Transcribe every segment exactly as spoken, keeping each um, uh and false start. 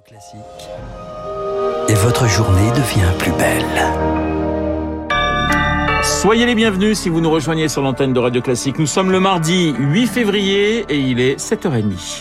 Classique. Et votre journée devient plus belle. Soyez les bienvenus si vous nous rejoignez sur l'antenne de Radio Classique. Nous sommes le mardi huit février et il est sept heures trente.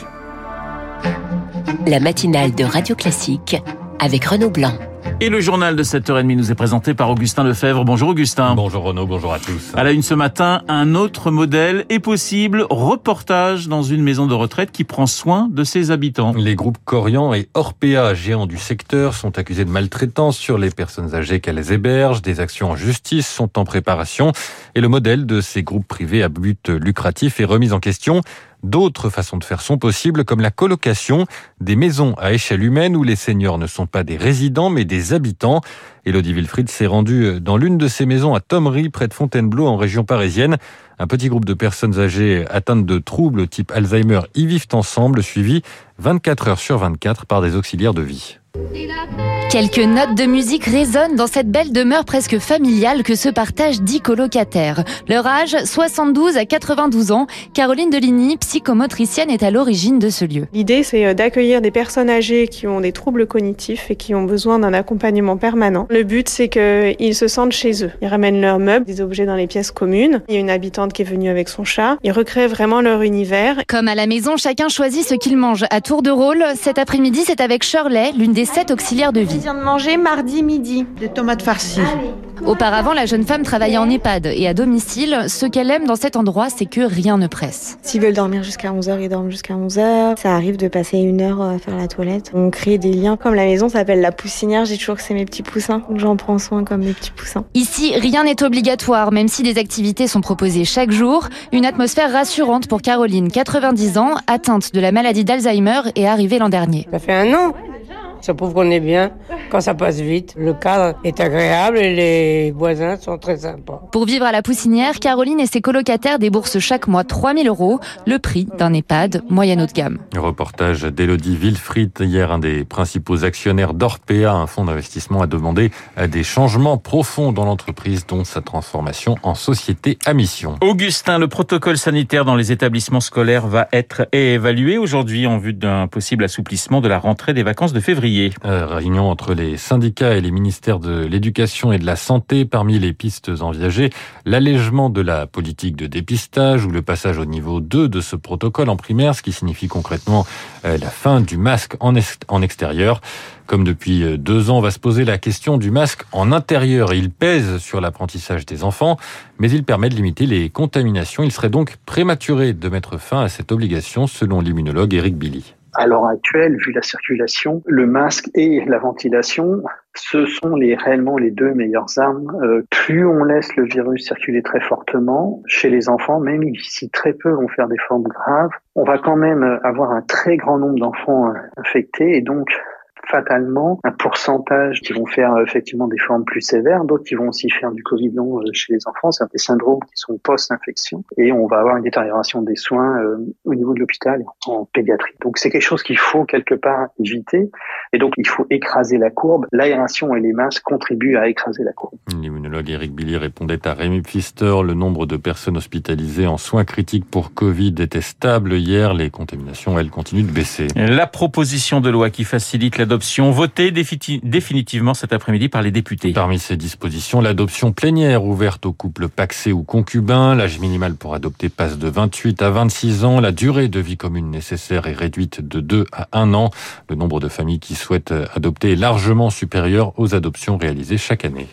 La matinale de Radio Classique avec Renaud Blanc. Et le journal de sept heures trente nous est présenté par Augustin Lefebvre. Bonjour Augustin. Bonjour Renaud, bonjour à tous. À la une ce matin, un autre modèle est possible. Reportage dans une maison de retraite qui prend soin de ses habitants. Les groupes Korian et Orpea, géants du secteur, sont accusés de maltraitance sur les personnes âgées qu'elles hébergent. Des actions en justice sont en préparation. Et le modèle de ces groupes privés à but lucratif est remis en question. D'autres façons de faire sont possibles, comme la colocation, des maisons à échelle humaine où les seniors ne sont pas des résidents mais des habitants. Élodie Wilfried s'est rendue dans l'une de ces maisons à Thomery, près de Fontainebleau, en région parisienne. Un petit groupe de personnes âgées atteintes de troubles type Alzheimer y vivent ensemble, suivis vingt-quatre heures sur vingt-quatre par des auxiliaires de vie. Quelques notes de musique résonnent dans cette belle demeure presque familiale que se partagent dix colocataires. Leur âge, soixante-douze à quatre-vingt-douze ans. Caroline Deligny, psychomotricienne, est à l'origine de ce lieu. L'idée, c'est d'accueillir des personnes âgées qui ont des troubles cognitifs et qui ont besoin d'un accompagnement permanent. Le but, c'est qu'ils se sentent chez eux. Ils ramènent leurs meubles, des objets dans les pièces communes. Il y a une habitante qui est venue avec son chat. Ils recréent vraiment leur univers. Comme à la maison, chacun choisit ce qu'il mange à tour de rôle. Cet après-midi, c'est avec Shirley, l'une des sept auxiliaires de vie. Je viens de manger mardi midi. Des tomates farcies. Auparavant, la jeune femme travaillait en EHPAD et à domicile. Ce qu'elle aime dans cet endroit, c'est que rien ne presse. S'ils veulent dormir jusqu'à onze heures, ils dorment jusqu'à onze heures. Ça arrive de passer une heure à faire la toilette. On crée des liens. Comme la maison s'appelle la poussinière, j'ai toujours que c'est mes petits poussins. Donc j'en prends soin comme mes petits poussins. Ici, rien n'est obligatoire, même si des activités sont proposées chaque jour. Une atmosphère rassurante pour Caroline, quatre-vingt-dix ans, atteinte de la maladie d'Alzheimer et arrivée l'an dernier. Ça fait un an. Ça prouve qu'on est bien quand ça passe vite. Le cadre est agréable et les voisins sont très sympas. Pour vivre à la poussinière, Caroline et ses colocataires déboursent chaque mois trois mille euros, le prix d'un EHPAD moyen haut de gamme. Reportage d'Élodie Wilfried. Hier, un des principaux actionnaires d'Orpea, un fonds d'investissement, a demandé des changements profonds dans l'entreprise, dont sa transformation en société à mission. Augustin, le protocole sanitaire dans les établissements scolaires va être évalué aujourd'hui en vue d'un possible assouplissement de la rentrée des vacances de février. Euh, réunion entre les syndicats et les ministères de l'Éducation et de la Santé. Parmi les pistes envisagées, l'allègement de la politique de dépistage ou le passage au niveau deux de ce protocole en primaire, ce qui signifie concrètement euh, la fin du masque en, est- en extérieur. Comme depuis deux ans, on va se poser la question du masque en intérieur. Il pèse sur l'apprentissage des enfants, mais il permet de limiter les contaminations. Il serait donc prématuré de mettre fin à cette obligation, selon l'immunologue Éric Billy. À l'heure actuelle, vu la circulation, le masque et la ventilation, ce sont les, réellement les deux meilleures armes. Euh, plus on laisse le virus circuler très fortement chez les enfants, même si très peu vont faire des formes graves, on va quand même avoir un très grand nombre d'enfants infectés et donc fatalement un pourcentage qui vont faire effectivement des formes plus sévères, d'autres qui vont aussi faire du Covid long chez les enfants, c'est des syndromes qui sont post-infection et on va avoir une détérioration des soins euh, au niveau de l'hôpital en pédiatrie. Donc c'est quelque chose qu'il faut quelque part éviter et donc il faut écraser la courbe. L'aération et les masques contribuent à écraser la courbe. L'immunologue Éric Billy répondait à Rémi Pfister. Le nombre de personnes hospitalisées en soins critiques pour Covid était stable hier. Les contaminations, elles, continuent de baisser. La proposition de loi qui facilite l'adoption votée définitivement cet après-midi par les députés. Parmi ces dispositions, l'adoption plénière ouverte aux couples pacsés ou concubins. L'âge minimal pour adopter passe de vingt-huit à vingt-six ans. La durée de vie commune nécessaire est réduite de deux à un an. Le nombre de familles qui souhaitent adopter est largement supérieur aux adoptions réalisées chaque année.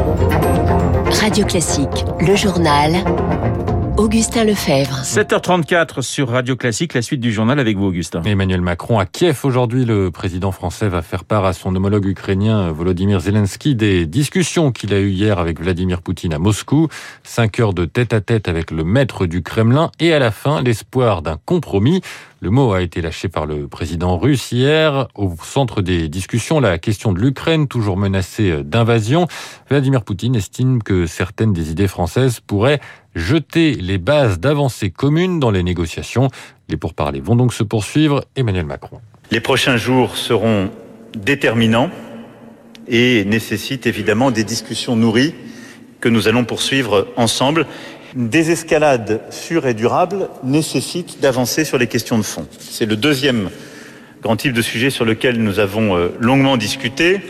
Radio Classique, le journal. Augustin Lefebvre. sept heures trente-quatre sur Radio Classique, la suite du journal avec vous, Augustin. Emmanuel Macron à Kiev aujourd'hui. Le président français va faire part à son homologue ukrainien Volodymyr Zelensky des discussions qu'il a eues hier avec Vladimir Poutine à Moscou. Cinq heures de tête-à-tête avec le maître du Kremlin et à la fin, l'espoir d'un compromis. Le mot a été lâché par le président russe hier. Au centre des discussions, la question de l'Ukraine, toujours menacée d'invasion. Vladimir Poutine estime que certaines des idées françaises pourraient jeter les bases d'avancées communes dans les négociations. Les pourparlers vont donc se poursuivre. Emmanuel Macron. Les prochains jours seront déterminants et nécessitent évidemment des discussions nourries que nous allons poursuivre ensemble. Une désescalade sûre et durable nécessite d'avancer sur les questions de fond. C'est le deuxième grand type de sujet sur lequel nous avons euh, longuement discuté,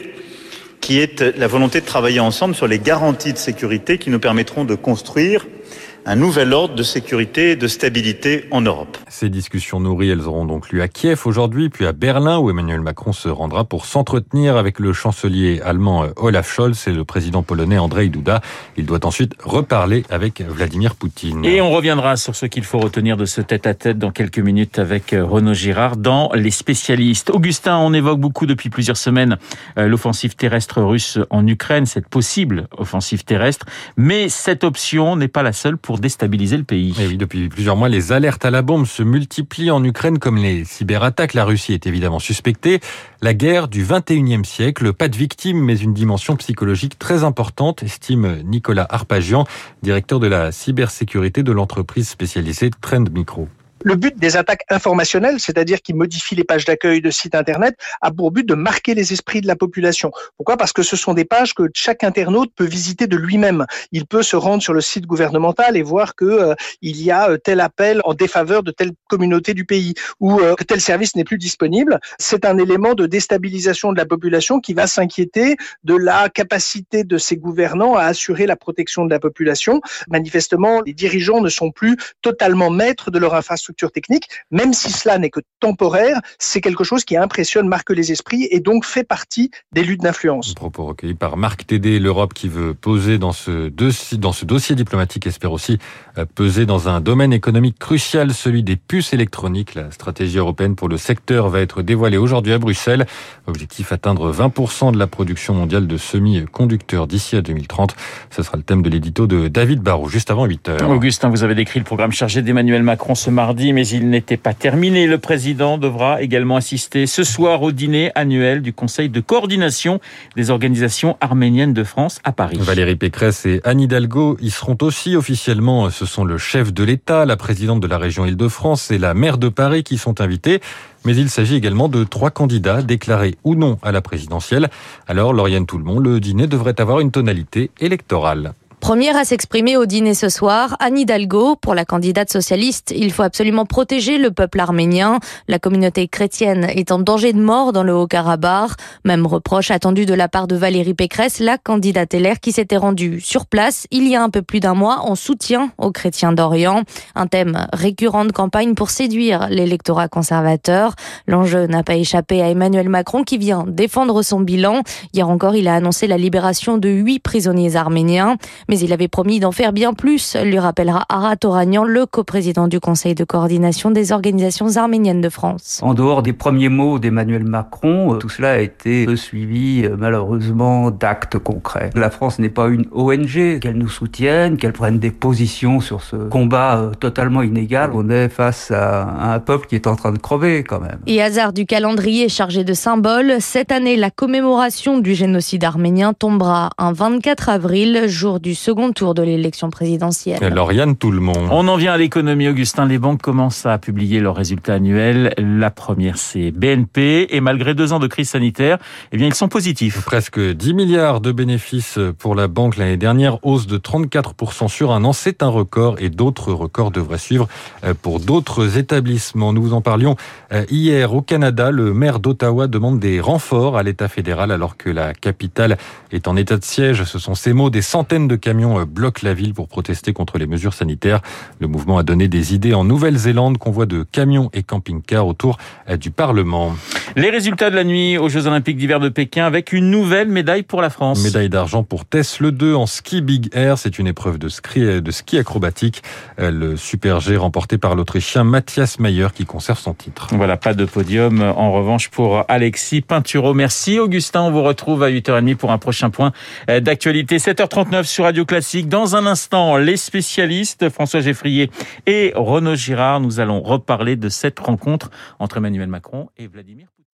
qui est la volonté de travailler ensemble sur les garanties de sécurité qui nous permettront de construire un nouvel ordre de sécurité et de stabilité en Europe. Ces discussions nourries, elles auront donc lieu à Kiev aujourd'hui, puis à Berlin, où Emmanuel Macron se rendra pour s'entretenir avec le chancelier allemand Olaf Scholz et le président polonais Andrzej Duda. Il doit ensuite reparler avec Vladimir Poutine. Et on reviendra sur ce qu'il faut retenir de ce tête-à-tête dans quelques minutes avec Renaud Girard dans Les Spécialistes. Augustin, on évoque beaucoup depuis plusieurs semaines l'offensive terrestre russe en Ukraine, cette possible offensive terrestre, mais cette option n'est pas la seule pour déstabiliser le pays. Et oui, depuis plusieurs mois, les alertes à la bombe se multiplient en Ukraine comme les cyberattaques. La Russie est évidemment suspectée. La guerre du vingt et unième siècle, pas de victimes, mais une dimension psychologique très importante, estime Nicolas Arpagian, directeur de la cybersécurité de l'entreprise spécialisée Trend Micro. Le but des attaques informationnelles, c'est-à-dire qui modifient les pages d'accueil de sites internet, a pour but de marquer les esprits de la population. Pourquoi ? Parce que ce sont des pages que chaque internaute peut visiter de lui-même. Il peut se rendre sur le site gouvernemental et voir que euh, il y a tel appel en défaveur de telle communauté du pays ou euh, que tel service n'est plus disponible. C'est un élément de déstabilisation de la population qui va s'inquiéter de la capacité de ses gouvernants à assurer la protection de la population. Manifestement, les dirigeants ne sont plus totalement maîtres de leur infrastructure technique, même si cela n'est que temporaire, c'est quelque chose qui impressionne, marque les esprits et donc fait partie des luttes d'influence. Propos recueillis par Marc Tédé. L'Europe qui veut peser dans ce dossier, dans ce dossier diplomatique espère aussi peser dans un domaine économique crucial, celui des puces électroniques. La stratégie européenne pour le secteur va être dévoilée aujourd'hui à Bruxelles. Objectif atteindre vingt pour cent de la production mondiale de semi-conducteurs d'ici à deux mille trente. Ce sera le thème de l'édito de David Barrault, juste avant huit heures. Augustin, vous avez décrit le programme chargé d'Emmanuel Macron ce mardi, mais il n'était pas terminé. Le président devra également assister ce soir au dîner annuel du Conseil de coordination des organisations arméniennes de France à Paris. Valérie Pécresse et Anne Hidalgo y seront aussi officiellement. Ce sont le chef de l'État, la présidente de la région Île-de-France et la maire de Paris qui sont invités. Mais il s'agit également de trois candidats déclarés ou non à la présidentielle. Alors, Lauriane Toulmont, le dîner devrait avoir une tonalité électorale. Première à s'exprimer au dîner ce soir, Anne Hidalgo. Pour la candidate socialiste, il faut absolument protéger le peuple arménien. La communauté chrétienne est en danger de mort dans le Haut-Karabakh. Même reproche attendu de la part de Valérie Pécresse, la candidate L R qui s'était rendue sur place il y a un peu plus d'un mois en soutien aux chrétiens d'Orient. Un thème récurrent de campagne pour séduire l'électorat conservateur. L'enjeu n'a pas échappé à Emmanuel Macron qui vient défendre son bilan. Hier encore, il a annoncé la libération de huit prisonniers arméniens. Mais il avait promis d'en faire bien plus, lui rappellera Arat Oranian, le coprésident du Conseil de coordination des organisations arméniennes de France. En dehors des premiers mots d'Emmanuel Macron, tout cela a été suivi malheureusement d'actes concrets. La France n'est pas une O N G, qu'elle nous soutienne, qu'elle prenne des positions sur ce combat totalement inégal. On est face à un peuple qui est en train de crever quand même. Et hasard du calendrier chargé de symboles, cette année la commémoration du génocide arménien tombera un vingt-quatre avril, jour du second tour de l'élection présidentielle. Lauriane Toulmont. On en vient à l'économie, Augustin. Les banques commencent à publier leurs résultats annuels. La première, c'est B N P. Et malgré deux ans de crise sanitaire, eh bien, ils sont positifs. Presque dix milliards de bénéfices pour la banque l'année dernière. Hausse de trente-quatre pour cent sur un an. C'est un record et d'autres records devraient suivre pour d'autres établissements. Nous vous en parlions hier au Canada. Le maire d'Ottawa demande des renforts à l'État fédéral alors que la capitale est en état de siège. Ce sont ces mots. Des centaines de camions bloquent la ville pour protester contre les mesures sanitaires. Le mouvement a donné des idées en Nouvelle-Zélande, convoi de camions et camping-cars autour du Parlement. Les résultats de la nuit aux Jeux Olympiques d'hiver de Pékin avec une nouvelle médaille pour la France. Médaille d'argent pour Tess Le deux en ski Big Air. C'est une épreuve de ski, de ski acrobatique. Le Super G remporté par l'Autrichien Matthias Mayer qui conserve son titre. Voilà, pas de podium en revanche pour Alexis Pinturo. Merci Augustin, on vous retrouve à huit heures trente pour un prochain point d'actualité. sept heures trente-neuf sur Radio Classique. Dans un instant, les spécialistes, François Geffrier et Renaud Girard. Nous allons reparler de cette rencontre entre Emmanuel Macron et Vladimir Poutine.